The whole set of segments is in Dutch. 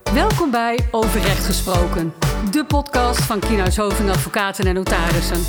Welkom bij Over Recht Gesproken, de podcast van Kienhuis Hoving Advocaten en Notarissen.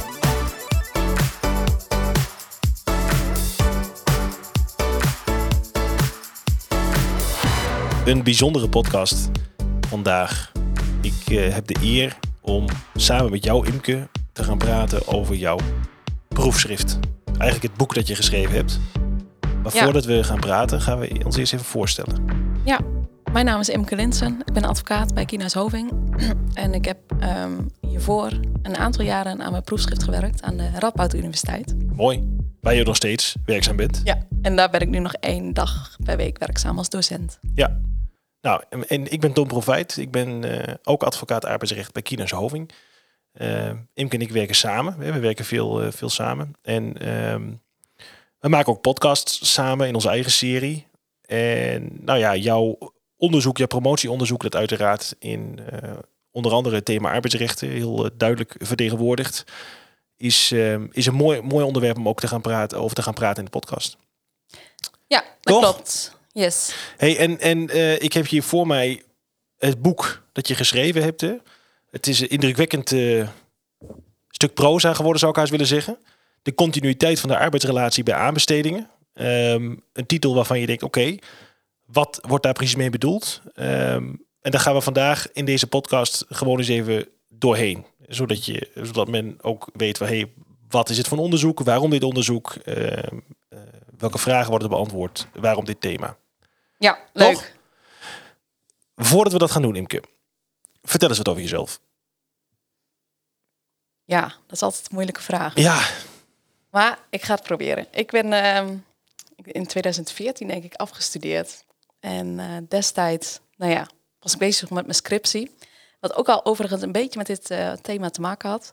Een bijzondere podcast vandaag. Ik heb de eer om samen met jou, Imke, te gaan praten over jouw proefschrift. Eigenlijk het boek dat je geschreven hebt. Maar voordat we gaan praten, gaan we ons eerst even voorstellen. Ja, mijn naam is Imke Linssen. Ik ben advocaat bij Kienhuis Hoving. En ik heb hiervoor een aantal jaren aan mijn proefschrift gewerkt aan de Radboud Universiteit. Mooi. Waar je nog steeds werkzaam bent. Ja, en daar ben ik nu nog 1 dag per week werkzaam als docent. Ja. Nou, en ik ben Tom Profijt. Ik ben ook advocaat arbeidsrecht bij Kienhuis Hoving. Imke en ik werken samen. We werken veel samen. En we maken ook podcasts samen in onze eigen serie. En nou ja, jouw onderzoek, jouw promotieonderzoek, dat uiteraard in onder andere het thema arbeidsrechten heel duidelijk vertegenwoordigt, is een mooi onderwerp om ook over te gaan praten in de podcast. Ja, dat klopt. Yes. Hey, en ik heb hier voor mij het boek dat je geschreven hebt. Hè? Het is een indrukwekkend stuk proza geworden, zou ik haast willen zeggen. De continuïteit van de arbeidsrelatie bij aanbestedingen. Een titel waarvan je denkt, oké, wat wordt daar precies mee bedoeld? En daar gaan we vandaag in deze podcast gewoon eens even doorheen. Zodat men ook weet, wat is het voor een onderzoek? Waarom dit onderzoek? Welke vragen worden beantwoord? Waarom dit thema? Ja, leuk. Toch? Voordat we dat gaan doen, Imke, vertel eens wat over jezelf. Ja, dat is altijd een moeilijke vraag. Ja. Maar ik ga het proberen. Ik ben in 2014 denk ik afgestudeerd. En destijds, was ik bezig met mijn scriptie. Wat ook al overigens een beetje met dit thema te maken had.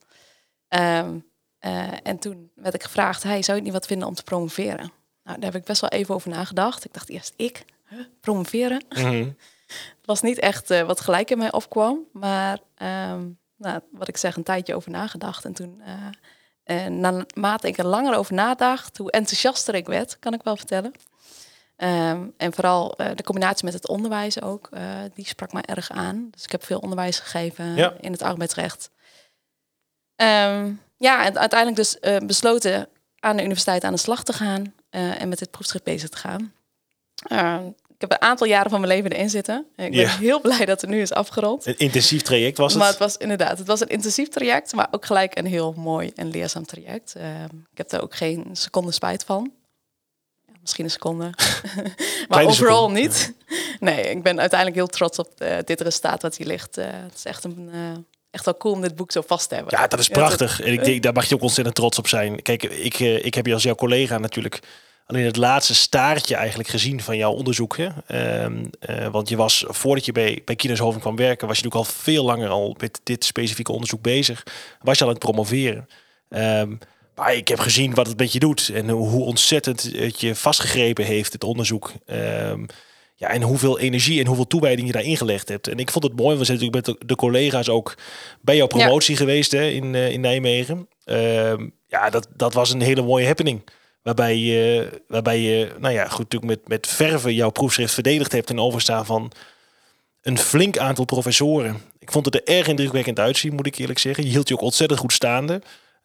En toen werd ik gevraagd, zou je het niet wat vinden om te promoveren? Nou, daar heb ik best wel even over nagedacht. Ik dacht eerst, promoveren? Mm-hmm. Het was niet echt wat gelijk in mij opkwam. Maar wat ik zeg, een tijdje over nagedacht. En toen, naarmate ik er langer over nadacht, hoe enthousiaster ik werd, kan ik wel vertellen. En vooral de combinatie met het onderwijs ook, die sprak mij erg aan. Dus ik heb veel onderwijs gegeven in het arbeidsrecht. En uiteindelijk dus besloten aan de universiteit aan de slag te gaan en met dit proefschrift bezig te gaan. Ik heb een aantal jaren van mijn leven erin zitten. Ik ben heel blij dat het nu is afgerond. Een intensief traject was het? Maar het was een intensief traject, maar ook gelijk een heel mooi en leerzaam traject. Ik heb er ook geen seconde spijt van. Ja, misschien een seconde, maar overal niet. Nee, ik ben uiteindelijk heel trots op dit resultaat wat hier ligt. Het is echt wel cool om dit boek zo vast te hebben. Ja, dat is prachtig. En ik denk, daar mag je ook ontzettend trots op zijn. Kijk, ik heb je als jouw collega natuurlijk alleen het laatste staartje eigenlijk gezien van jouw onderzoek. Hè? Want je was, voordat je bij Kienhuis Hoving kwam werken, was je natuurlijk al veel langer al met dit specifieke onderzoek bezig. Was je al aan het promoveren. Maar ik heb gezien wat het met je doet. En hoe ontzettend het je vastgegrepen heeft, het onderzoek. En hoeveel energie en hoeveel toewijding je daarin gelegd hebt. En ik vond het mooi. We zijn natuurlijk met de collega's ook bij jouw promotie geweest in Nijmegen. Dat was een hele mooie happening. Waarbij je natuurlijk met verve jouw proefschrift verdedigd hebt ten overstaan van een flink aantal professoren. Ik vond het er erg indrukwekkend uitzien, moet ik eerlijk zeggen. Je hield je ook ontzettend goed staande.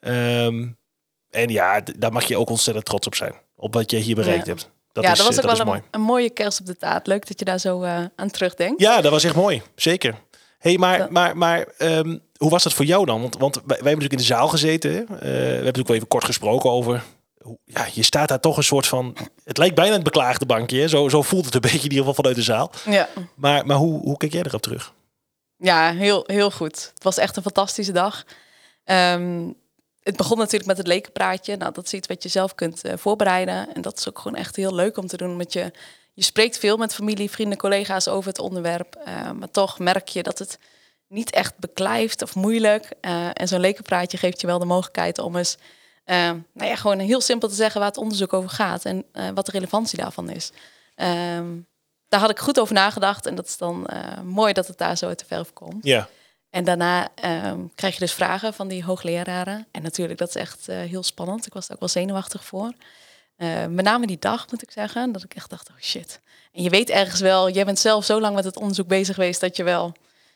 Daar mag je ook ontzettend trots op zijn. Op wat je hier bereikt hebt. Dat was ook wel een mooie kers op de taart. Leuk dat je daar zo aan terugdenkt. Ja, dat was echt mooi. Zeker. Hey, maar hoe was dat voor jou dan? Want wij hebben natuurlijk in de zaal gezeten. Hè? We hebben natuurlijk wel even kort gesproken over. Ja, je staat daar toch een soort van. Het lijkt bijna een beklaagde bankje. Hè? Zo voelt het een beetje in ieder geval vanuit de zaal. Ja. Maar hoe kijk jij erop terug? Ja, heel, heel goed. Het was echt een fantastische dag. Het begon natuurlijk met het lekenpraatje. Nou, dat is iets wat je zelf kunt voorbereiden. En dat is ook gewoon echt heel leuk om te doen. Want je spreekt veel met familie, vrienden, collega's over het onderwerp. Maar toch merk je dat het niet echt beklijft of moeilijk. En zo'n lekenpraatje geeft je wel de mogelijkheid om eens gewoon heel simpel te zeggen waar het onderzoek over gaat. En wat de relevantie daarvan is. Daar had ik goed over nagedacht. En dat is dan mooi dat het daar zo uit de verf komt. Ja. En daarna krijg je dus vragen van die hoogleraren. En natuurlijk, dat is echt heel spannend. Ik was er ook wel zenuwachtig voor. Met name die dag, moet ik zeggen, dat ik echt dacht, oh shit. En je weet ergens wel, jij bent zelf zo lang met het onderzoek bezig geweest dat je wel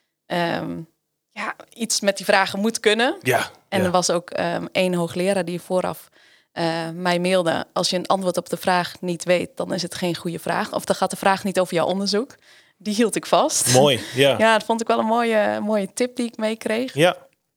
iets met die vragen moet kunnen. Ja. En er was ook één hoogleraar die vooraf mij mailde. Als je een antwoord op de vraag niet weet, dan is het geen goede vraag. Of dan gaat de vraag niet over jouw onderzoek. Die hield ik vast. Mooi, ja. Ja, dat vond ik wel een mooie tip die ik meekreeg. Ja.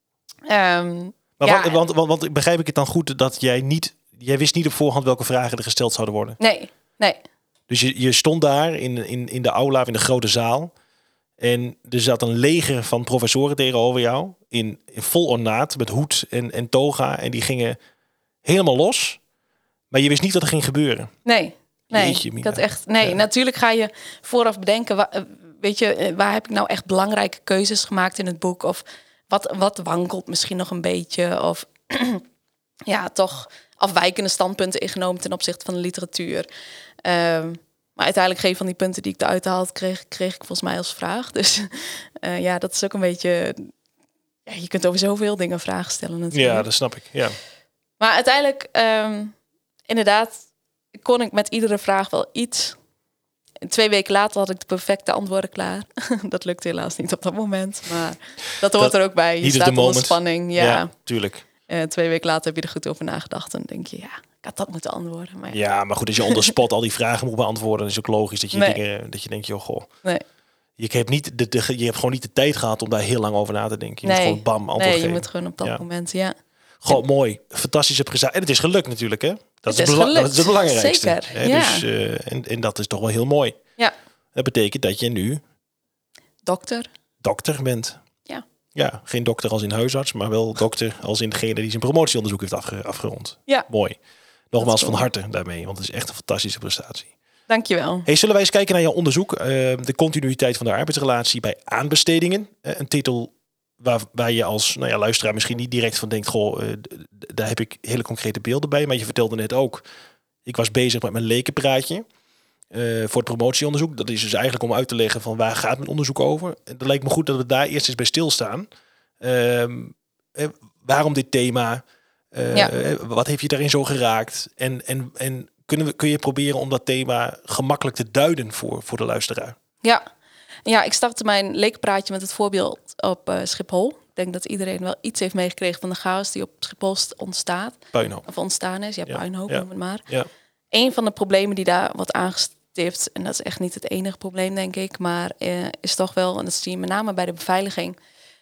Maar want begrijp ik het dan goed dat jij wist niet op voorhand welke vragen er gesteld zouden worden? Nee. Dus je stond daar in de aula, in de grote zaal. En er zat een leger van professoren tegenover jou. In vol ornaat, met hoed en toga. En die gingen helemaal los. Maar je wist niet wat er ging gebeuren. Nee. Jeetje, Ik had echt. Nee, natuurlijk ga je vooraf bedenken. Waar heb ik nou echt belangrijke keuzes gemaakt in het boek? Of wat wankelt misschien nog een beetje? Of toch afwijkende standpunten ingenomen ten opzichte van de literatuur. Maar uiteindelijk geen van die punten die ik eruit haalde, kreeg ik volgens mij als vraag. Dus dat is ook een beetje. Ja, je kunt over zoveel dingen vragen stellen natuurlijk. Ja, dat snap ik. Ja. Maar uiteindelijk, inderdaad, kon ik met iedere vraag wel iets. 2 weken later had ik de perfecte antwoorden klaar. Dat lukte helaas niet op dat moment. Maar dat hoort er ook bij. Je staat onder spanning. Ja, tuurlijk. 2 weken later heb je er goed over nagedacht. En denk je, ik had dat moeten antwoorden. Maar ja, maar goed, als je on the spot al die vragen moet beantwoorden, dan is het ook logisch dat je denkt, joh, goh. Nee. Je hebt gewoon niet de tijd gehad om daar heel lang over na te denken. Je moet gewoon bam antwoord geven. Je moet gewoon op dat moment, Goh, mooi. Fantastische prestatie. En het is gelukt natuurlijk, hè? Dat is het belangrijkste. Zeker, hè? Dus, en dat is toch wel heel mooi. Ja. Dat betekent dat je nu dokter bent. Ja. Ja, geen dokter als in huisarts, maar wel dokter als in degene die zijn promotieonderzoek heeft afgerond. Ja. Mooi. Nogmaals van harte daarmee, want het is echt een fantastische prestatie. Dankjewel. Hey, zullen wij eens kijken naar jouw onderzoek? De continuïteit van de arbeidsrelatie bij aanbestedingen. Een titel waar je als luisteraar misschien niet direct van denkt, goh, daar heb ik hele concrete beelden bij. Maar je vertelde net ook, ik was bezig met mijn lekenpraatje voor het promotieonderzoek. Dat is dus eigenlijk om uit te leggen van waar gaat mijn onderzoek over. Het lijkt me goed dat we daar eerst eens bij stilstaan. Waarom dit thema? Wat heeft je daarin zo geraakt? En kun je proberen om dat thema gemakkelijk te duiden voor de luisteraar? Ja, ik startte mijn lekenpraatje met het voorbeeld op Schiphol. Ik denk dat iedereen wel iets heeft meegekregen van de chaos die op Schiphol ontstaat. Puinhoop. Of ontstaan is. Ja, puinhoop noem het maar. Ja. Een van de problemen die daar wordt aangestipt, en dat is echt niet het enige probleem, denk ik, maar is toch wel, en dat zie je met name bij de beveiliging.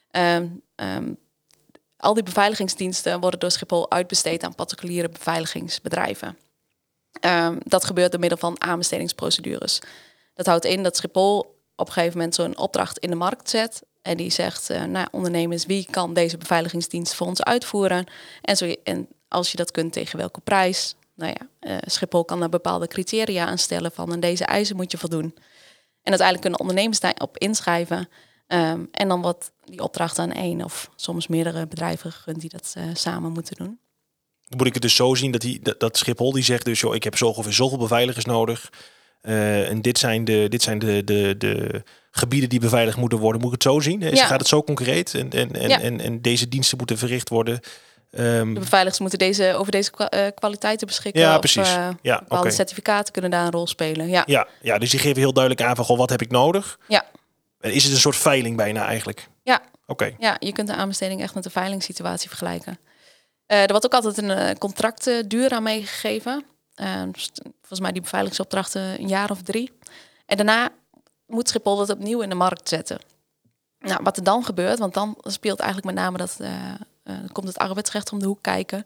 Al die beveiligingsdiensten worden door Schiphol uitbesteed aan particuliere beveiligingsbedrijven. Dat gebeurt door middel van aanbestedingsprocedures. Dat houdt in dat Schiphol op een gegeven moment zo'n opdracht in de markt zet. En die zegt, ondernemers, wie kan deze beveiligingsdienst voor ons uitvoeren? En als je dat kunt, tegen welke prijs? Schiphol kan daar bepaalde criteria aan stellen van, en deze eisen moet je voldoen. En uiteindelijk kunnen ondernemers daarop inschrijven. En dan wordt die opdracht aan 1 of soms meerdere bedrijven gegund die dat samen moeten doen. Moet ik het dus zo zien dat Schiphol die zegt dus, joh, ik heb zoveel beveiligers nodig. En dit zijn de gebieden die beveiligd moeten worden. Moet ik het zo zien? Gaat het zo concreet? En deze diensten moeten verricht worden. De beveiligers moeten over deze kwaliteiten beschikken. Ja, precies. Of bepaalde certificaten kunnen daar een rol spelen. Ja, dus die geven heel duidelijk aan van, goh, wat heb ik nodig? Ja. En is het een soort veiling bijna eigenlijk? Ja. Oké. Ja, je kunt de aanbesteding echt met de veilingssituatie vergelijken. Er wordt ook altijd een contractduur aan meegegeven. Volgens mij die beveiligingsopdrachten 1 jaar of 3. En daarna moet Schiphol dat opnieuw in de markt zetten. Nou, wat er dan gebeurt, want dan speelt eigenlijk met name dat komt het arbeidsrecht om de hoek kijken.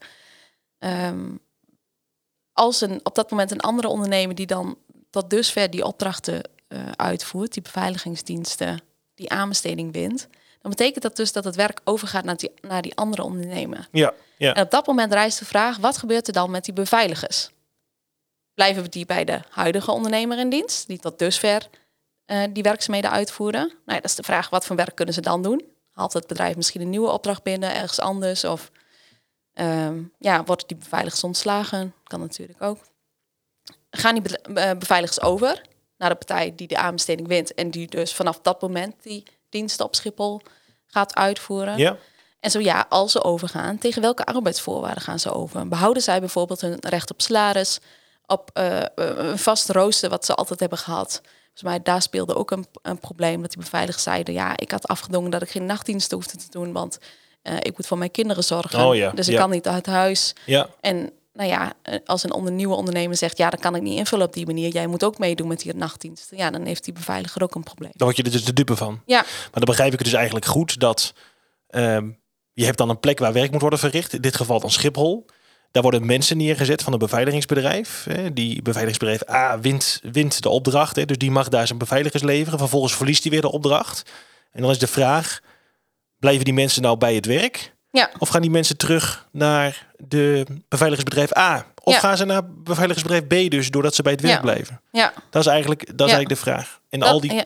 Als op dat moment een andere ondernemer die dan tot dusver die opdrachten uitvoert, die beveiligingsdiensten, die aanbesteding wint, dan betekent dat dus dat het werk overgaat naar die andere ondernemer. Ja. En op dat moment rijst de vraag, wat gebeurt er dan met die beveiligers? Blijven die bij de huidige ondernemer in dienst, die tot dusver die werkzaamheden uitvoeren? Dat is de vraag, wat voor werk kunnen ze dan doen? Haalt het bedrijf misschien een nieuwe opdracht binnen, ergens anders? Of worden die beveiligers ontslagen? Kan natuurlijk ook. Gaan die beveiligers over naar de partij die de aanbesteding wint en die dus vanaf dat moment die diensten op Schiphol gaat uitvoeren? Ja. En zo als ze overgaan, tegen welke arbeidsvoorwaarden gaan ze over? Behouden zij bijvoorbeeld hun recht op salaris? op een vast rooster wat ze altijd hebben gehad. Volgens mij daar speelde ook een probleem dat die beveiligers zeiden, ja, ik had afgedongen dat ik geen nachtdiensten hoefde te doen, want ik moet voor mijn kinderen zorgen. Dus ik kan niet uit huis. Ja. En nou ja, als een nieuwe ondernemer zegt, ja, dat kan ik niet invullen op die manier. Jij moet ook meedoen met die nachtdiensten. Ja, dan heeft die beveiliger ook een probleem. Dan word je er dus de dupe van. Ja. Maar dan begrijp ik het dus eigenlijk goed dat je hebt dan een plek waar werk moet worden verricht. In dit geval dan Schiphol. Daar worden mensen neergezet van een beveiligingsbedrijf. Die beveiligingsbedrijf A wint de opdracht. Dus die mag daar zijn beveiligers leveren. Vervolgens verliest hij weer de opdracht. En dan is de vraag, blijven die mensen nou bij het werk? Ja. Of gaan die mensen terug naar de beveiligingsbedrijf A? Of gaan ze naar beveiligingsbedrijf B dus, doordat ze bij het werk blijven? Ja. Dat is eigenlijk de vraag. En al die...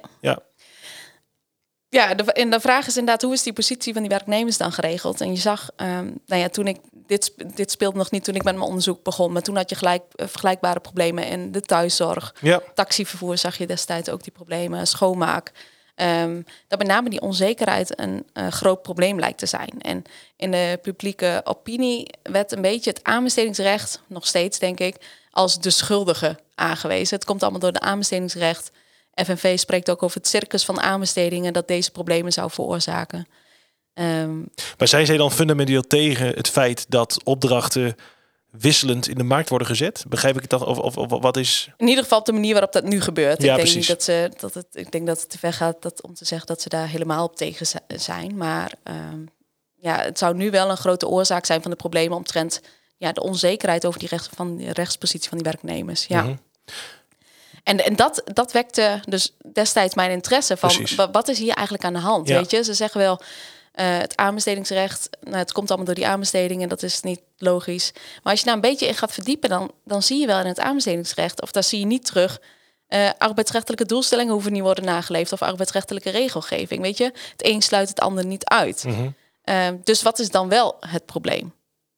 Ja, en de vraag is inderdaad, hoe is die positie van die werknemers dan geregeld? En je zag, toen ik dit speelde nog niet toen ik met mijn onderzoek begon, maar toen had je vergelijkbare problemen in de thuiszorg. Ja. Taxivervoer zag je destijds ook die problemen, schoonmaak. Dat met name die onzekerheid een groot probleem lijkt te zijn. En in de publieke opinie werd een beetje het aanbestedingsrecht, nog steeds denk ik, als de schuldige aangewezen. Het komt allemaal door de aanbestedingsrecht. FNV spreekt ook over het circus van aanbestedingen dat deze problemen zou veroorzaken. Maar zijn zij dan fundamenteel tegen het feit dat opdrachten wisselend in de markt worden gezet? Begrijp ik het dan? Of wat is... In ieder geval op de manier waarop dat nu gebeurt. Ja, ik denk niet ik denk dat het te ver gaat om te zeggen dat ze daar helemaal op tegen zijn. Maar het zou nu wel een grote oorzaak zijn van de problemen omtrent de onzekerheid over de rechtspositie van die werknemers. Ja. Mm-hmm. En dat wekte dus destijds mijn interesse van wat is hier eigenlijk aan de hand? Ja. Weet je, ze zeggen wel het aanbestedingsrecht, het komt allemaal door die aanbestedingen, dat is niet logisch. Maar als je daar een beetje in gaat verdiepen, dan zie je wel in het aanbestedingsrecht, of daar zie je niet terug, arbeidsrechtelijke doelstellingen hoeven niet worden nageleefd of arbeidsrechtelijke regelgeving. Weet je, het een sluit het ander niet uit. Mm-hmm. Dus wat is dan wel het probleem?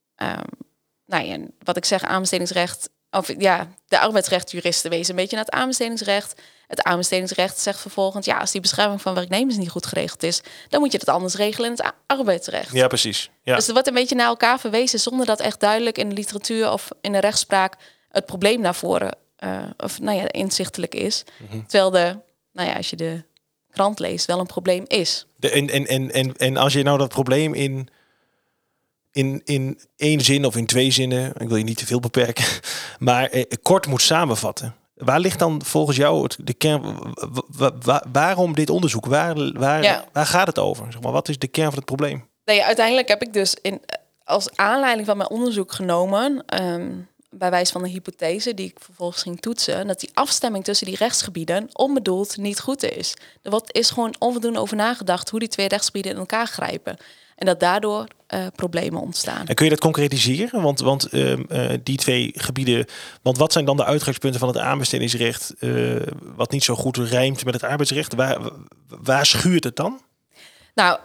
Wat ik zeg, aanbestedingsrecht. De arbeidsrechtjuristen wezen een beetje naar het aanbestedingsrecht. Het aanbestedingsrecht zegt vervolgens, als die bescherming van werknemers niet goed geregeld is, dan moet je dat anders regelen in het arbeidsrecht. Ja, precies. Ja. Dus er wordt een beetje naar elkaar verwezen zonder dat echt duidelijk in de literatuur of in de rechtspraak het probleem naar voren inzichtelijk is. Mm-hmm. Terwijl als je de krant leest, wel een probleem is. En als je nou dat probleem in één zin of in twee zinnen, ik wil je niet te veel beperken, maar kort moet samenvatten. Waar ligt dan volgens jou de kern? Waarom dit onderzoek? Waar gaat het over? Zeg maar, wat is de kern van het probleem? Uiteindelijk heb ik dus als aanleiding van mijn onderzoek genomen, bij wijze van een hypothese die ik vervolgens ging toetsen, dat die afstemming tussen die rechtsgebieden onbedoeld niet goed is. Er is gewoon onvoldoende over nagedacht hoe die twee rechtsgebieden in elkaar grijpen. En dat daardoor problemen ontstaan. En kun je dat concretiseren? Want die twee gebieden... Want wat zijn dan de uitgangspunten van het aanbestedingsrecht... wat niet zo goed rijmt met het arbeidsrecht? Waar schuurt het dan? Nou,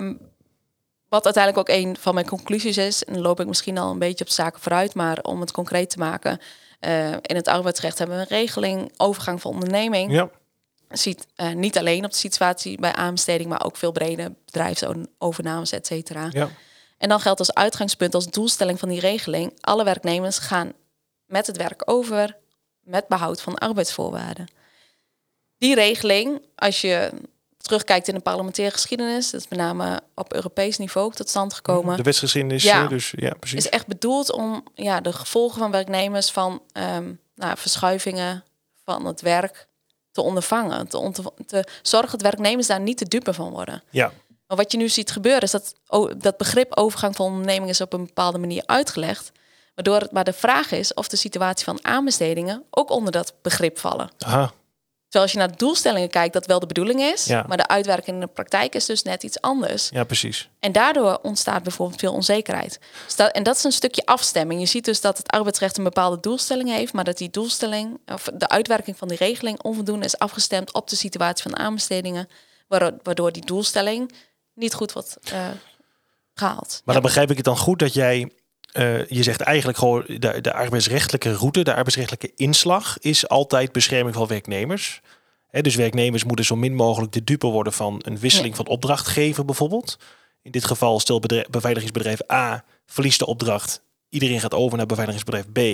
wat uiteindelijk ook een van mijn conclusies is... en dan loop ik misschien al een beetje op de zaken vooruit... maar om het concreet te maken... in het arbeidsrecht hebben we een regeling... overgang van onderneming... Ja. Ziet niet alleen op de situatie bij aanbesteding, maar ook veel breder bedrijfsovernames, et cetera. Ja. En dan geldt als uitgangspunt, als doelstelling van die regeling, alle werknemers gaan met het werk over met behoud van arbeidsvoorwaarden. Die regeling, als je terugkijkt in de parlementaire geschiedenis, dat is met name op Europees niveau tot stand gekomen. De wetsgeschiedenis, dus ja, precies. Is echt bedoeld om de gevolgen van werknemers van verschuivingen van het werk te ondervangen, te zorgen dat werknemers daar niet de dupe van worden. Ja. Maar wat je nu ziet gebeuren is dat begrip overgang van onderneming is op een bepaalde manier uitgelegd, waardoor het maar de vraag is of de situatie van aanbestedingen ook onder dat begrip vallen. Aha. Terwijl als je naar de doelstellingen kijkt, dat wel de bedoeling is, maar de uitwerking in de praktijk is dus net iets anders. Ja, precies. En daardoor ontstaat bijvoorbeeld veel onzekerheid. En dat is een stukje afstemming. Je ziet dus dat het arbeidsrecht een bepaalde doelstelling heeft, maar dat die doelstelling, of de uitwerking van die regeling, onvoldoende is afgestemd op de situatie van aanbestedingen, waardoor die doelstelling niet goed wordt gehaald. Maar dan begrijp ik het dan goed dat jij je zegt eigenlijk gewoon de arbeidsrechtelijke route, de arbeidsrechtelijke inslag is altijd bescherming van werknemers. Dus werknemers moeten zo min mogelijk de dupe worden van een wisseling van opdrachtgever bijvoorbeeld. In dit geval stel beveiligingsbedrijf A verliest de opdracht. Iedereen gaat over naar beveiligingsbedrijf B.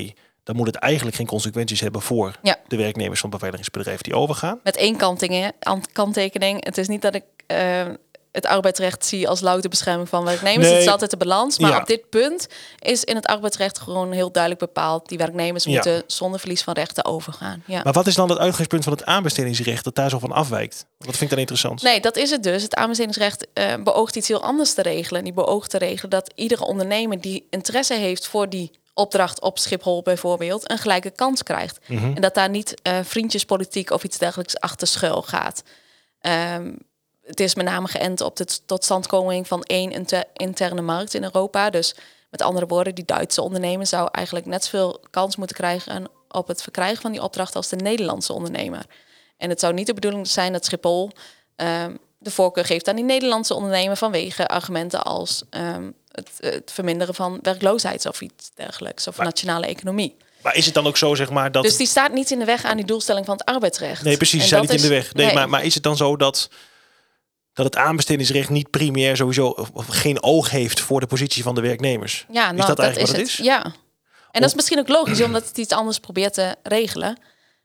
dan moet het eigenlijk geen consequenties hebben voor de werknemers van beveiligingsbedrijven die overgaan. Met één kanttekening. Het is niet dat ik het arbeidsrecht zie als louter bescherming van werknemers. Nee. Het is altijd de balans. Maar op dit punt is in het arbeidsrecht gewoon heel duidelijk bepaald. Die werknemers moeten zonder verlies van rechten overgaan. Ja. Maar wat is dan het uitgangspunt van het aanbestedingsrecht dat daar zo van afwijkt? Wat vind ik dan interessant? Nee, dat is het dus. Het aanbestedingsrecht beoogt iets heel anders te regelen. Die beoogt te regelen dat iedere ondernemer die interesse heeft voor die opdracht op Schiphol bijvoorbeeld een gelijke kans krijgt. En dat daar niet vriendjespolitiek of iets dergelijks achter schuil gaat. Het is met name geënt op de totstandkoming van één interne markt in Europa. Dus met andere woorden, die Duitse ondernemer zou eigenlijk net zoveel kans moeten krijgen op het verkrijgen van die opdracht als de Nederlandse ondernemer. En het zou niet de bedoeling zijn dat Schiphol de voorkeur geeft aan die Nederlandse ondernemer vanwege argumenten als het verminderen van werkloosheid of iets dergelijks, of nationale economie. Maar is het dan ook zo, zeg maar, dat... Dus die staat niet in de weg aan die doelstelling van het arbeidsrecht. Nee, precies, die staat niet in de weg. Nee. Maar is het dan zo dat het aanbestedingsrecht niet primair sowieso of geen oog heeft voor de positie van de werknemers? Ja, nou, is dat eigenlijk wat het is? Ja. En dat is misschien ook logisch, omdat het iets anders probeert te regelen.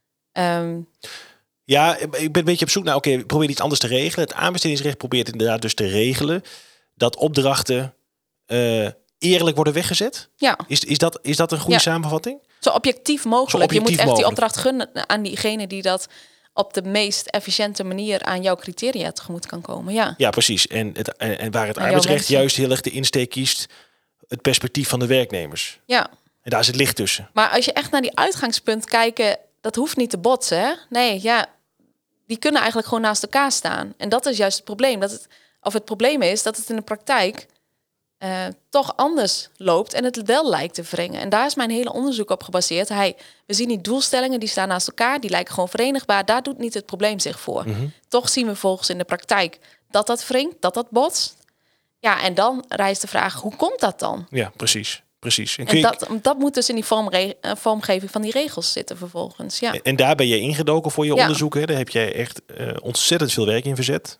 Ja, ik ben een beetje op zoek naar, probeer iets anders te regelen. Het aanbestedingsrecht probeert inderdaad dus te regelen dat opdrachten eerlijk worden weggezet. Ja. Is dat een goede samenvatting? Zo objectief mogelijk. Je moet echt die opdracht gunnen aan diegene die dat op de meest efficiënte manier aan jouw criteria tegemoet kan komen. Ja, precies. En waar het arbeidsrecht juist heel erg de insteek kiest, het perspectief van de werknemers. Ja. En daar zit licht tussen. Maar als je echt naar die uitgangspunt kijkt, dat hoeft niet te botsen. Hè? Nee, die kunnen eigenlijk gewoon naast elkaar staan. En dat is juist het probleem. Het probleem is dat het in de praktijk toch anders loopt en het wel lijkt te wringen. En daar is mijn hele onderzoek op gebaseerd. We zien die doelstellingen, die staan naast elkaar, die lijken gewoon verenigbaar. Daar doet niet het probleem zich voor. Toch zien we volgens in de praktijk dat wringt, dat botst. Ja, en dan rijst de vraag, hoe komt dat dan? Ja, precies. En dat moet dus in die vormgeving van die regels zitten vervolgens. Ja. En daar ben je ingedoken voor je onderzoek. Hè? Daar heb jij echt ontzettend veel werk in verzet.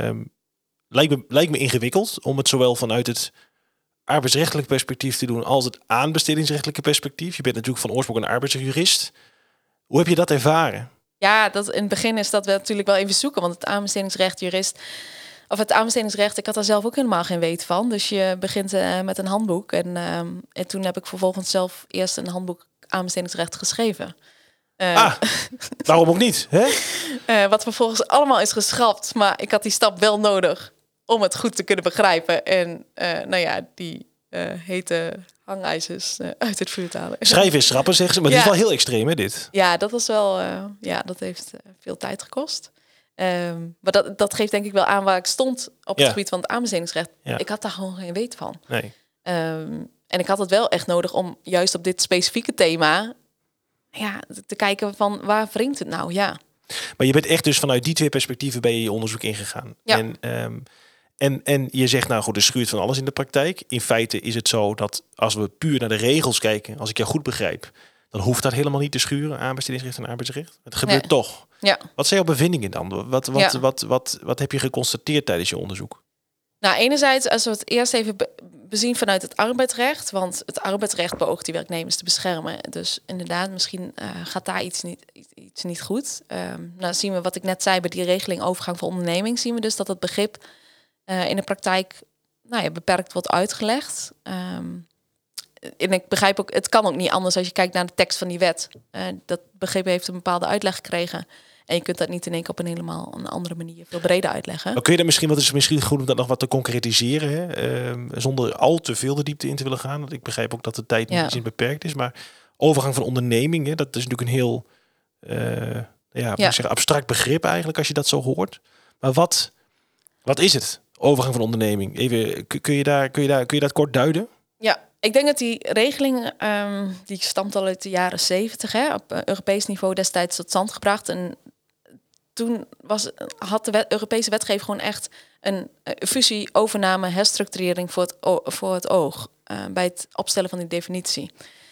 Lijkt me ingewikkeld om het zowel vanuit het arbeidsrechtelijk perspectief te doen als het aanbestedingsrechtelijke perspectief. Je bent natuurlijk van oorsprong een arbeidsjurist. Hoe heb je dat ervaren? Ja, in het begin is dat we natuurlijk wel even zoeken, want het aanbestedingsrecht, ik had daar zelf ook helemaal geen weet van. Dus je begint met een handboek. En toen heb ik vervolgens zelf eerst een handboek aanbestedingsrecht geschreven. Waarom ook niet? Hè? Wat vervolgens allemaal is geschrapt. Maar ik had die stap wel nodig om het goed te kunnen begrijpen. En die hete hangijzers uit het vuur te halen. Schrijven is schrappen, zeggen ze. Maar dit is wel heel extreem, hè, dit? Ja, dat was wel... dat heeft veel tijd gekost. Maar dat geeft denk ik wel aan waar ik stond op het gebied van het aanbestedingsrecht. Ja. Ik had daar gewoon geen weet van. Nee. En ik had het wel echt nodig om juist op dit specifieke thema te kijken van waar wringt het nou? Ja. Maar je bent echt dus vanuit die twee perspectieven ben je onderzoek ingegaan. Ja. En je zegt nou goed, er schuurt van alles in de praktijk. In feite is het zo dat als we puur naar de regels kijken, als ik jou goed begrijp, dan hoeft dat helemaal niet te schuren, aanbestedingsrecht en arbeidsrecht. Het gebeurt toch. Ja. Wat zijn jouw bevindingen dan? Wat heb je geconstateerd tijdens je onderzoek? Nou, enerzijds, als we het eerst even bezien vanuit het arbeidsrecht, want het arbeidsrecht beoogt die werknemers te beschermen. Dus inderdaad, misschien gaat daar iets niet goed. Nou zien we wat ik net zei bij die regeling overgang van onderneming, zien we dus dat het begrip in de praktijk beperkt wordt uitgelegd. En ik begrijp ook, het kan ook niet anders als je kijkt naar de tekst van die wet. Dat begrip heeft een bepaalde uitleg gekregen. En je kunt dat niet in één keer op een andere manier veel breder uitleggen. Maar kun je dat misschien, wat is misschien goed om dat nog wat te concretiseren, hè? Zonder al te veel de diepte in te willen gaan. Want ik begrijp ook dat de tijd niet zin beperkt is. Maar overgang van onderneming, hè, dat is natuurlijk een heel abstract begrip eigenlijk als je dat zo hoort. Maar wat is het? Overgang van onderneming. Even, kun je dat kort duiden? Ja. Ik denk dat die regeling, die stamt al uit de jaren 70, op Europees niveau destijds tot stand gebracht. En toen had de Europese wetgeving gewoon echt een fusie, overname, herstructurering voor het oog. Bij het opstellen van die definitie.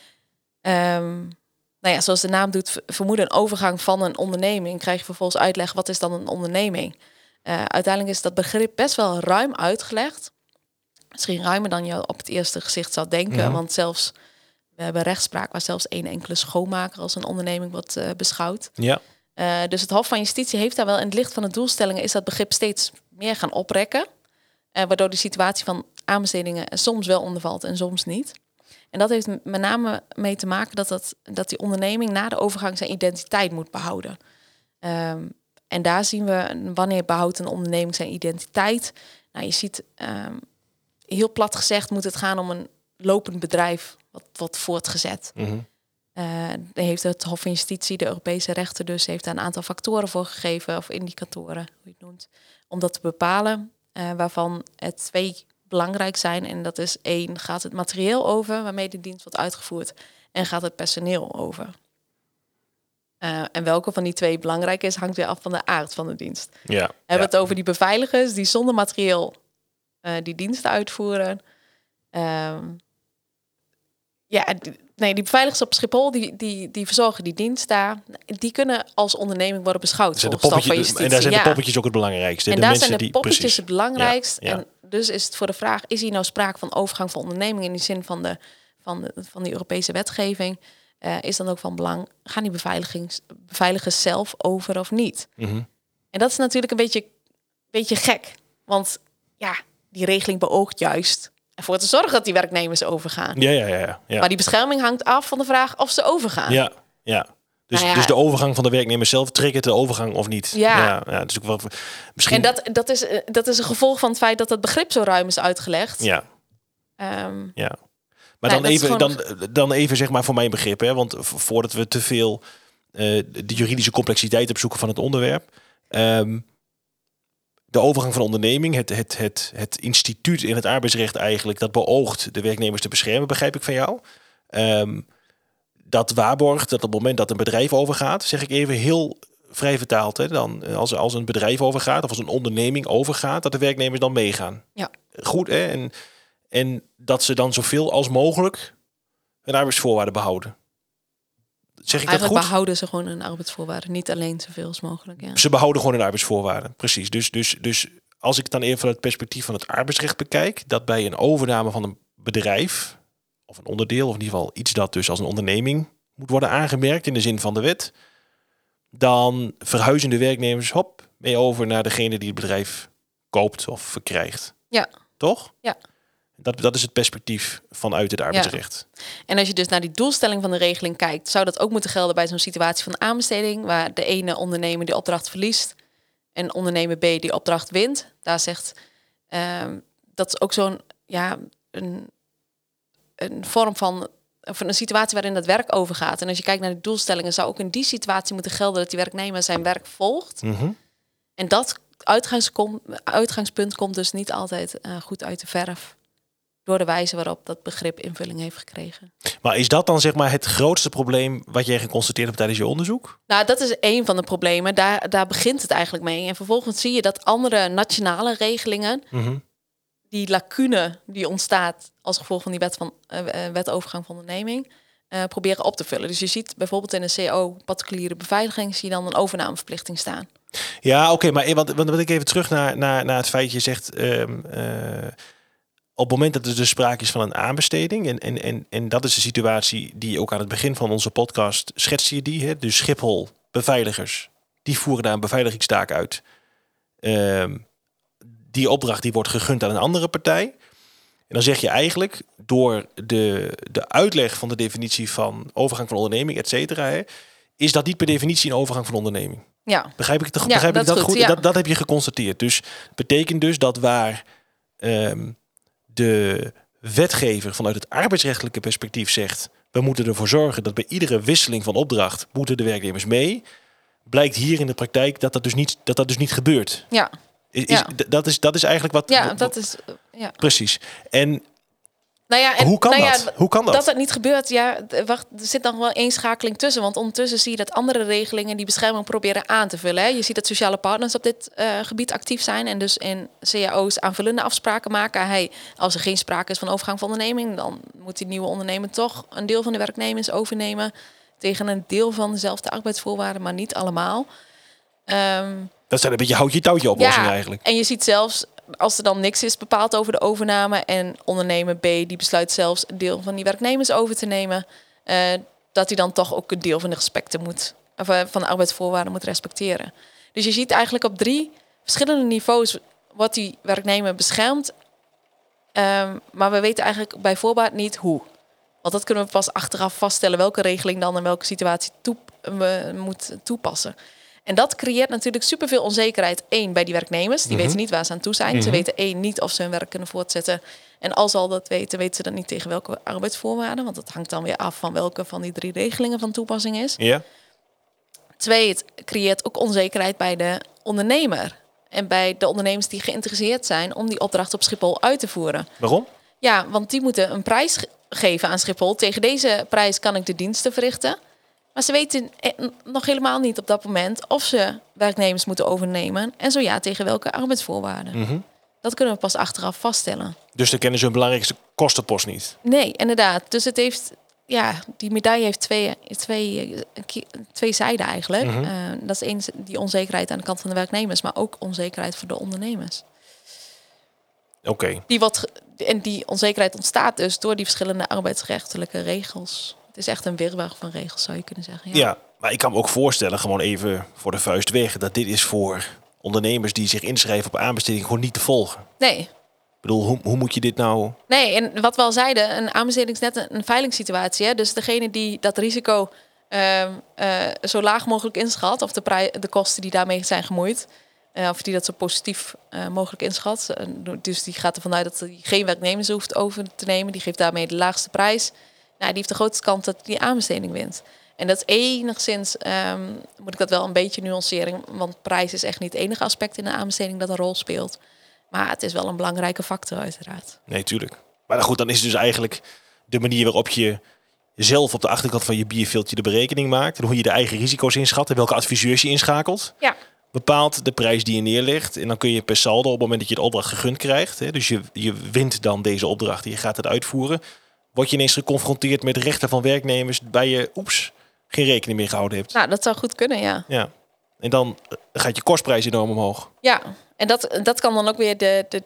Zoals de naam doet vermoeden, een overgang van een onderneming. Krijg je vervolgens uitleg, wat is dan een onderneming? Uiteindelijk is dat begrip best wel ruim uitgelegd. Misschien ruimer dan je op het eerste gezicht zou denken. Ja. Want zelfs We hebben rechtspraak waar zelfs één enkele schoonmaker als een onderneming wordt beschouwd. Ja. Dus het Hof van Justitie heeft daar wel in het licht van de doelstellingen is dat begrip steeds meer gaan oprekken. Waardoor de situatie van aanbestedingen soms wel ondervalt en soms niet. En dat heeft met name mee te maken dat die onderneming na de overgang zijn identiteit moet behouden. En daar zien we, wanneer behoudt een onderneming zijn identiteit? Nou, je ziet, heel plat gezegd moet het gaan om een lopend bedrijf wat voortgezet. Mm-hmm. Daar heeft het Hof van Justitie, de Europese rechter dus, heeft daar een aantal factoren voor gegeven, of indicatoren, hoe je het noemt, om dat te bepalen, waarvan het 2 belangrijk zijn. En dat is 1, gaat het materieel over waarmee de dienst wordt uitgevoerd en gaat het personeel over. En welke van die 2 belangrijk is, hangt weer af van de aard van de dienst. Ja. We hebben het over die beveiligers die zonder materieel die diensten uitvoeren. Die beveiligers op Schiphol, die verzorgen die dienst daar. Die kunnen als onderneming worden beschouwd. En daar zijn de poppetjes ook het belangrijkste. En daar zijn de poppetjes het belangrijkst. Ja. En dus is het voor de vraag, is hier nou sprake van overgang van onderneming in de zin van die Europese wetgeving? Is dan ook van belang, gaan die beveiligers zelf over of niet? Mm-hmm. En dat is natuurlijk een beetje gek. Want ja, die regeling beoogt juist ervoor te zorgen dat die werknemers overgaan. Ja. Maar die bescherming hangt af van de vraag of ze overgaan. Ja. Dus de overgang van de werknemers zelf triggert de overgang of niet. Ja. Dat is ook wel misschien. En dat is een gevolg van het feit dat het begrip zo ruim is uitgelegd. Ja. Maar dan even zeg maar voor mijn begrip, hè, want voordat we te veel de juridische complexiteit opzoeken van het onderwerp. De overgang van onderneming, het instituut in het arbeidsrecht eigenlijk, dat beoogt de werknemers te beschermen, begrijp ik van jou. Dat waarborgt dat op het moment dat een bedrijf overgaat, zeg ik even heel vrij vertaald, hè, dan als een bedrijf overgaat of als een onderneming overgaat, dat de werknemers dan meegaan. Ja. Goed, hè? En dat ze dan zoveel als mogelijk hun arbeidsvoorwaarden behouden. Zeg ik eigenlijk dat goed? behouden ze gewoon hun arbeidsvoorwaarden. Niet alleen zoveel als mogelijk. Ja. Ze behouden gewoon hun arbeidsvoorwaarden. Precies. Dus als ik het dan even vanuit het perspectief van het arbeidsrecht bekijk, dat bij een overname van een bedrijf, of een onderdeel, of in ieder geval iets dat dus als een onderneming moet worden aangemerkt in de zin van de wet, dan verhuizen de werknemers mee over naar degene die het bedrijf koopt of verkrijgt. Ja. Toch? Ja. Dat is het perspectief vanuit het arbeidsrecht. Ja. En als je dus naar die doelstelling van de regeling kijkt, zou dat ook moeten gelden bij zo'n situatie van aanbesteding, waar de ene ondernemer die opdracht verliest en ondernemer B die opdracht wint. Daar zegt dat is ook zo'n een vorm van of een situatie waarin dat werk overgaat. En als je kijkt naar de doelstellingen, zou ook in die situatie moeten gelden dat die werknemer zijn werk volgt. Mm-hmm. En dat uitgangspunt komt dus niet altijd goed uit de verf door de wijze waarop dat begrip invulling heeft gekregen. Maar is dat dan zeg maar het grootste probleem wat jij geconstateerd hebt tijdens je onderzoek? Nou, dat is één van de problemen. Daar begint het eigenlijk mee. En vervolgens zie je dat andere nationale regelingen, Mm-hmm. die lacune die ontstaat als gevolg van die wet overgang van onderneming, proberen op te vullen. Dus je ziet bijvoorbeeld in een CO, particuliere beveiliging, zie je dan een overnameverplichting staan. Ja, oké, maar want ik even terug naar het feit, je zegt op het moment dat er dus sprake is van een aanbesteding, en dat is de situatie die ook aan het begin van onze podcast schetste je die, hè? Dus Schiphol, beveiligers, die voeren daar een beveiligingstaak uit. Die opdracht die wordt gegund aan een andere partij. En dan zeg je eigenlijk, door de uitleg van de definitie van overgang van onderneming, et cetera, hè, is dat niet per definitie een overgang van onderneming. Ja. Begrijp ik Ja, begrijp ik dat goed? Ja. Dat heb je geconstateerd. Dus betekent dus dat waar de wetgever vanuit het arbeidsrechtelijke perspectief zegt, we moeten ervoor zorgen dat bij iedere wisseling van opdracht moeten de werknemers mee, blijkt hier in de praktijk dat dus niet gebeurt. Ja. Dat is eigenlijk wat. Ja, dat is. Ja. Precies. En Nou ja, hoe kan dat? Hoe kan dat? Dat het niet gebeurt, wacht, er zit nog wel één schakeling tussen. Want ondertussen zie je dat andere regelingen die bescherming proberen aan te vullen. Hè. Je ziet dat sociale partners op dit gebied actief zijn en dus in cao's aanvullende afspraken maken. Als er geen sprake is van overgang van onderneming, dan moet die nieuwe ondernemer toch een deel van de werknemers overnemen tegen een deel van dezelfde arbeidsvoorwaarden, maar niet allemaal. Dat zijn een beetje houtje-touwtje oplossingen eigenlijk. En je ziet zelfs als er dan niks is bepaald over de overname en ondernemer B die besluit zelfs een deel van die werknemers over te nemen, dat hij dan toch ook een deel van de van de arbeidsvoorwaarden moet respecteren. Dus je ziet eigenlijk op 3 verschillende niveaus wordt die werknemer beschermd. Maar we weten eigenlijk bij voorbaat niet hoe. Want dat kunnen we pas achteraf vaststellen welke regeling dan in welke situatie we moeten toepassen. En dat creëert natuurlijk superveel onzekerheid. 1, bij die werknemers. Die weten niet waar ze aan toe zijn. Ze weten niet of ze hun werk kunnen voortzetten. En als ze al dat weten ze dan niet tegen welke arbeidsvoorwaarden. Want dat hangt dan weer af van welke van die 3 regelingen van toepassing is. Ja. 2, het creëert ook onzekerheid bij de ondernemer. En bij de ondernemers die geïnteresseerd zijn om die opdracht op Schiphol uit te voeren. Waarom? Ja, want die moeten een prijs geven aan Schiphol. Tegen deze prijs kan ik de diensten verrichten. Maar ze weten nog helemaal niet op dat moment of ze werknemers moeten overnemen. En zo ja, tegen welke arbeidsvoorwaarden. Dat kunnen we pas achteraf vaststellen. Dus dan kennen ze hun belangrijkste kostenpost niet. Nee, inderdaad. Dus het heeft, die medaille heeft twee zijden eigenlijk. Dat is eens die onzekerheid aan de kant van de werknemers, maar ook onzekerheid voor de ondernemers. Oké. Die onzekerheid ontstaat dus door die verschillende arbeidsrechtelijke regels. Het is echt een wirwar van regels, zou je kunnen zeggen. Ja, maar ik kan me ook voorstellen, gewoon even voor de vuist weg, dat dit is voor ondernemers die zich inschrijven op aanbesteding gewoon niet te volgen. Nee. Ik bedoel, hoe moet je dit nou... Nee, en wat we al zeiden, een aanbesteding is net een veilingssituatie. Hè? Dus degene die dat risico zo laag mogelijk inschat, of de kosten die daarmee zijn gemoeid, of die dat zo positief mogelijk inschat. Dus die gaat ervan uit dat hij geen werknemers hoeft over te nemen. Die geeft daarmee de laagste prijs. Nou, die heeft de grootste kans dat die aanbesteding wint. En dat is enigszins, moet ik dat wel een beetje nuanceren, want prijs is echt niet het enige aspect in de aanbesteding dat een rol speelt. Maar het is wel een belangrijke factor uiteraard. Nee, tuurlijk. Maar goed, dan is het dus eigenlijk de manier waarop je zelf op de achterkant van je bierveeltje de berekening maakt. En hoe je de eigen risico's inschat en welke adviseurs je inschakelt. Ja. Bepaalt de prijs die je neerlegt. En dan kun je per saldo op het moment dat je de opdracht gegund krijgt. Hè, dus je wint dan deze opdracht en je gaat het uitvoeren. Word je ineens geconfronteerd met rechten van werknemers bij je geen rekening meer gehouden hebt. Nou, dat zou goed kunnen, ja. Ja. En dan gaat je kostprijs enorm omhoog. Ja, en dat kan dan ook weer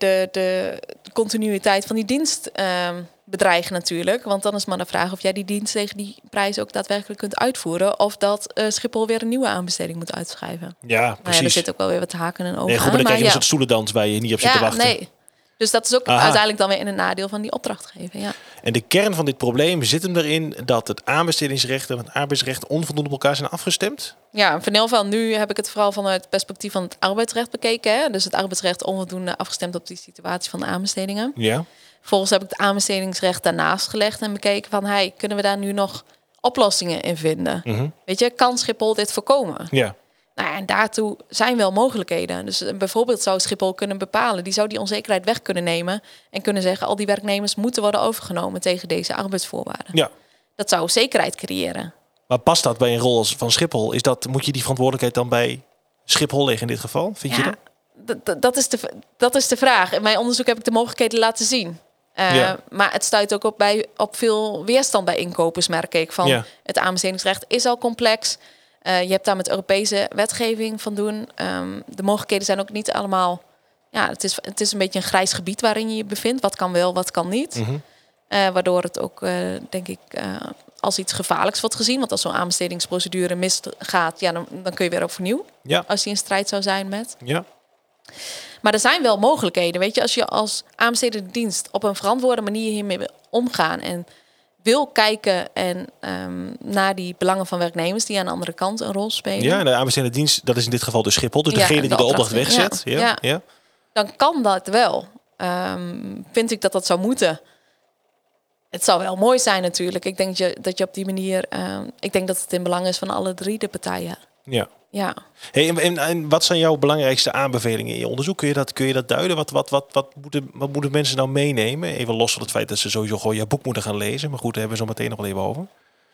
de continuïteit van die dienst bedreigen natuurlijk. Want dan is maar de vraag of jij die dienst tegen die prijs ook daadwerkelijk kunt uitvoeren. Of dat Schiphol weer een nieuwe aanbesteding moet uitschrijven. Ja, precies. Nou ja, er zit ook wel weer wat haken en ogen nee, goed, maar dan krijg je een soort stoelendans waar je niet op zit te wachten. Nee. Dus dat is ook uiteindelijk dan weer in het nadeel van die opdrachtgever. Ja. En de kern van dit probleem zit hem erin dat het aanbestedingsrecht en het arbeidsrecht onvoldoende op elkaar zijn afgestemd? Ja, van heel veel. Nu heb ik het vooral vanuit het perspectief van het arbeidsrecht bekeken. Hè? Dus het arbeidsrecht onvoldoende afgestemd op die situatie van de aanbestedingen. Ja. Vervolgens heb ik het aanbestedingsrecht daarnaast gelegd en bekeken van, kunnen we daar nu nog oplossingen in vinden? Weet je, kan Schiphol dit voorkomen? Ja. Nou ja, en daartoe zijn wel mogelijkheden. Dus bijvoorbeeld zou Schiphol kunnen bepalen, die zou die onzekerheid weg kunnen nemen en kunnen zeggen, al die werknemers moeten worden overgenomen tegen deze arbeidsvoorwaarden. Ja. Dat zou zekerheid creëren. Maar past dat bij een rol van Schiphol? Moet je die verantwoordelijkheid dan bij Schiphol leggen in dit geval? Vind je dat? Dat is de vraag. In mijn onderzoek heb ik de mogelijkheden laten zien. Maar het stuit ook op veel weerstand bij inkopers, merk ik. Het aanbestedingsrecht is al complex. Je hebt daar met Europese wetgeving van doen. De mogelijkheden zijn ook niet allemaal... Ja, het is een beetje een grijs gebied waarin je je bevindt. Wat kan wel, wat kan niet. Waardoor het ook, denk ik, als iets gevaarlijks wordt gezien. Want als zo'n aanbestedingsprocedure misgaat, dan kun je weer opnieuw. Ja. Als die in strijd zou zijn met. Ja. Maar er zijn wel mogelijkheden. Weet je, als je als aanbestedende dienst op een verantwoorde manier hiermee wil omgaan en wil kijken naar die belangen van werknemers die aan de andere kant een rol spelen. Ja, de aanbestedende dienst, dat is in dit geval de Schiphol. Dus degene die de opdracht wegzet. Ja. Dan kan dat wel. Vind ik dat zou moeten. Het zou wel mooi zijn natuurlijk. Ik denk dat je op die manier... ik denk dat het in belang is van alle 3 de partijen. Ja. Ja. Hey, en wat zijn jouw belangrijkste aanbevelingen in je onderzoek? Kun je dat duiden? Wat moeten mensen nou meenemen? Even los van het feit dat ze sowieso gewoon je boek moeten gaan lezen. Maar goed, daar hebben we zo meteen nog wel even over.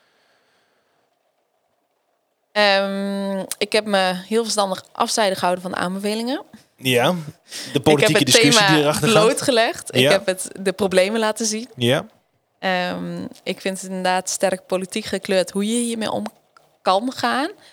Ik heb me heel verstandig afzijdig gehouden van de aanbevelingen. Ja, de politieke discussie die erachter gaat. Ik heb het thema blootgelegd. Ik heb de problemen laten zien. Ja. Ik vind het inderdaad sterk politiek gekleurd hoe je hiermee om kan gaan.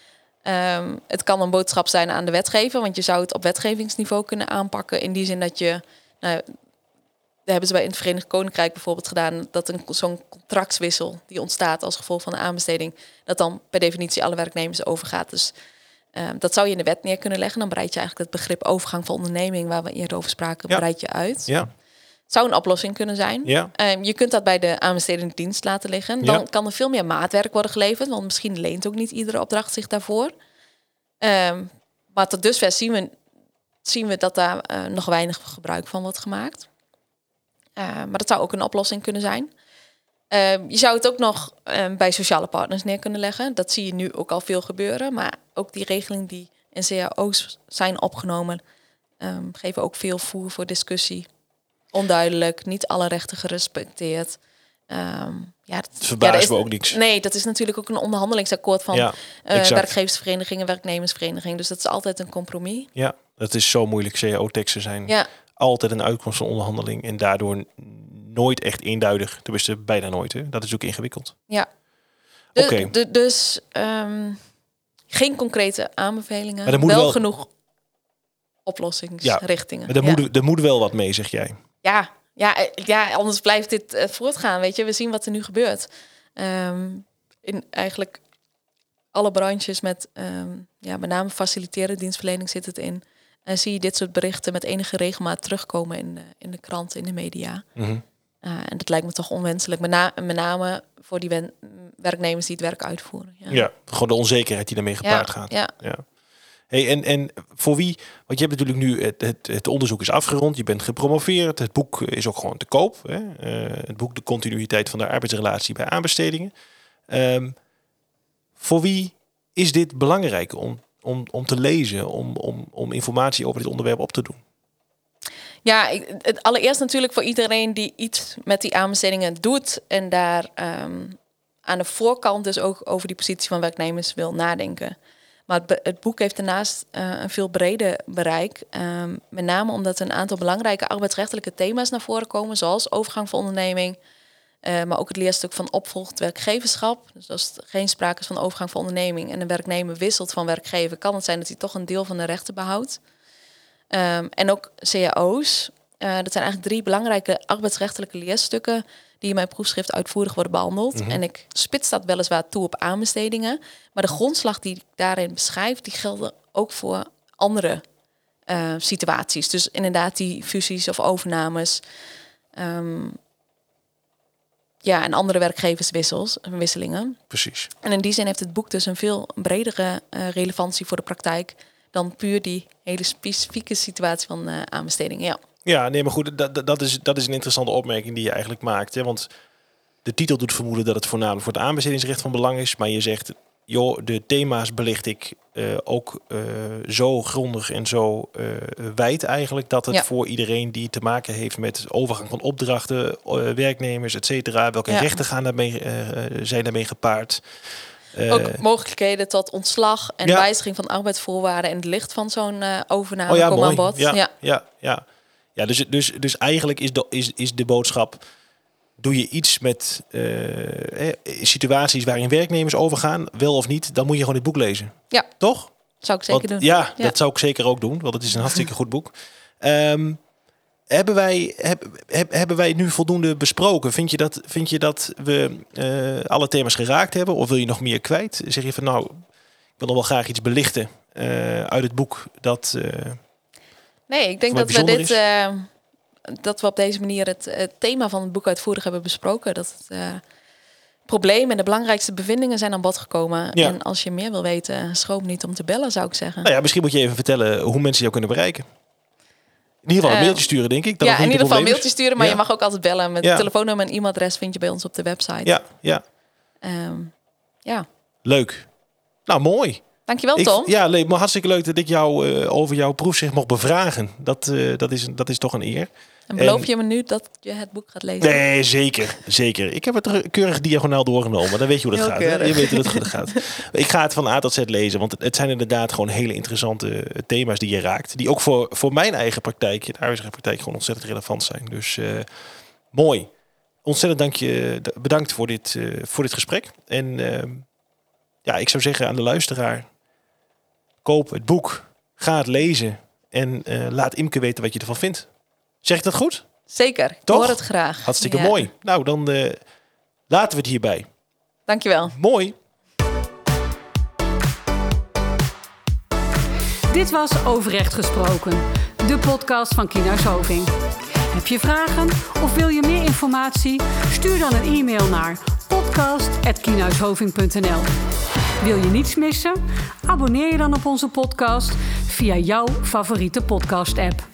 Het kan een boodschap zijn aan de wetgever, want je zou het op wetgevingsniveau kunnen aanpakken. In die zin dat je, dat hebben ze in het Verenigd Koninkrijk bijvoorbeeld gedaan, dat zo'n contractswissel die ontstaat als gevolg van een aanbesteding, dat dan per definitie alle werknemers overgaat. Dus dat zou je in de wet neer kunnen leggen. Dan breid je eigenlijk het begrip overgang van onderneming, waar we eerder over spraken, breid je uit. Ja. Zou een oplossing kunnen zijn. Ja. Je kunt dat bij de aanbestedende dienst laten liggen. Dan kan er veel meer maatwerk worden geleverd, want misschien leent ook niet iedere opdracht zich daarvoor. Maar tot dusver zien we dat daar nog weinig gebruik van wordt gemaakt. Maar dat zou ook een oplossing kunnen zijn. Je zou het ook nog bij sociale partners neer kunnen leggen. Dat zie je nu ook al veel gebeuren. Maar ook die regeling die in cao's zijn opgenomen, geven ook veel voer voor discussie. Onduidelijk, niet alle rechten gerespecteerd. Het verbaast me ook niks. Nee, dat is natuurlijk ook een onderhandelingsakkoord van werkgeversverenigingen, werknemersverenigingen. Dus dat is altijd een compromis. Ja, dat is zo moeilijk. CAO-teksten zijn altijd een uitkomst van onderhandeling en daardoor nooit echt eenduidig. Tenminste, bijna nooit. Hè? Dat is ook ingewikkeld. Ja. Dus geen concrete aanbevelingen, maar wel genoeg oplossingsrichtingen. Maar er moet wel wat mee, zeg jij. Ja, anders blijft dit voortgaan. Weet je, we zien wat er nu gebeurt. In eigenlijk alle branches met met name faciliterende dienstverlening zit het in. En zie je dit soort berichten met enige regelmaat terugkomen in de kranten, in de media. Mm-hmm. En dat lijkt me toch onwenselijk. Met name voor die werknemers die het werk uitvoeren. Ja, gewoon de onzekerheid die daarmee gepaard gaat. Ja. Hey, en voor wie, want je hebt natuurlijk nu het onderzoek is afgerond, je bent gepromoveerd, het boek is ook gewoon te koop. Hè? Het boek De Continuïteit van de arbeidsrelatie bij aanbestedingen. Voor wie is dit belangrijk om te lezen, om informatie over dit onderwerp op te doen? Ja, het allereerst natuurlijk voor iedereen die iets met die aanbestedingen doet en daar aan de voorkant dus ook over die positie van werknemers wil nadenken. Maar het boek heeft daarnaast een veel breder bereik. Met name omdat een aantal belangrijke arbeidsrechtelijke thema's naar voren komen, zoals overgang van onderneming, maar ook het leerstuk van opvolgend werkgeverschap. Dus als er geen sprake is van overgang van onderneming en een werknemer wisselt van werkgever, kan het zijn dat hij toch een deel van de rechten behoudt. En ook cao's. Dat zijn eigenlijk 3 belangrijke arbeidsrechtelijke leerstukken die in mijn proefschrift uitvoerig worden behandeld. Mm-hmm. En ik spits dat weliswaar toe op aanbestedingen. Maar de grondslag die ik daarin beschrijf, die gelden ook voor andere situaties. Dus inderdaad die fusies of overnames. En andere werkgeverswisselingen. Precies. En in die zin heeft het boek dus een veel bredere relevantie voor de praktijk dan puur die hele specifieke situatie van aanbestedingen. Ja. Ja, nee, maar goed, dat is een interessante opmerking die je eigenlijk maakt. Hè? Want de titel doet vermoeden dat het voornamelijk voor het aanbestedingsrecht van belang is. Maar je zegt, joh, de thema's belicht ik ook zo grondig en zo wijd eigenlijk, dat het voor iedereen die te maken heeft met overgang van opdrachten, werknemers, et cetera, welke rechten zijn daarmee gepaard. Ook mogelijkheden tot ontslag en wijziging van arbeidsvoorwaarden in het licht van zo'n overname komen aan bod. Ja, dus eigenlijk is de boodschap, doe je iets met situaties waarin werknemers overgaan, wel of niet, dan moet je gewoon dit boek lezen. Ja. Toch? Zou ik zeker doen. Ja, dat zou ik zeker ook doen, want het is een hartstikke goed boek. Hebben wij het nu voldoende besproken? Vind je dat we alle thema's geraakt hebben? Of wil je nog meer kwijt? Zeg je van ik wil nog wel graag iets belichten uit het boek dat... Nee, ik denk dat we op deze manier het thema van het boek uitvoerig hebben besproken. Dat het probleem en de belangrijkste bevindingen zijn aan bod gekomen. Ja. En als je meer wil weten, schroom niet om te bellen, zou ik zeggen. Nou ja, misschien moet je even vertellen hoe mensen jou kunnen bereiken. In ieder geval een mailtje sturen, denk ik. Dat in ieder geval een mailtje sturen, maar je mag ook altijd bellen. Met telefoonnummer en e-mailadres vind je bij ons op de website. Ja. Leuk. Nou, mooi. Dankjewel, Tom. Maar hartstikke leuk dat ik jou over jouw proefschrift mocht bevragen. Dat is toch een eer. En beloof je me nu dat je het boek gaat lezen? Nee, zeker. Ik heb het keurig diagonaal doorgenomen. Dan weet je hoe dat gaat. Hè? Je weet hoe het gaat. Ik ga het van A tot Z lezen. Want het zijn inderdaad gewoon hele interessante thema's die je raakt. Die ook voor mijn eigen praktijk, de arbeidsrechtpraktijk, gewoon ontzettend relevant zijn. Dus mooi. Ontzettend bedankt voor dit gesprek. En ik zou zeggen aan de luisteraar, Koop het boek. Ga het lezen. En laat Imke weten wat je ervan vindt. Zeg ik dat goed? Zeker, ik Toch? hoor het graag. Hartstikke mooi. Nou, dan laten we het hierbij. Dankjewel. Mooi. Dit was Overrecht Gesproken, de podcast van Kienhuis Hoving. Heb je vragen of wil je meer informatie? Stuur dan een e-mail naar podcast@kienhuishoving.nl. Wil je niets missen? Abonneer je dan op onze podcast via jouw favoriete podcast-app.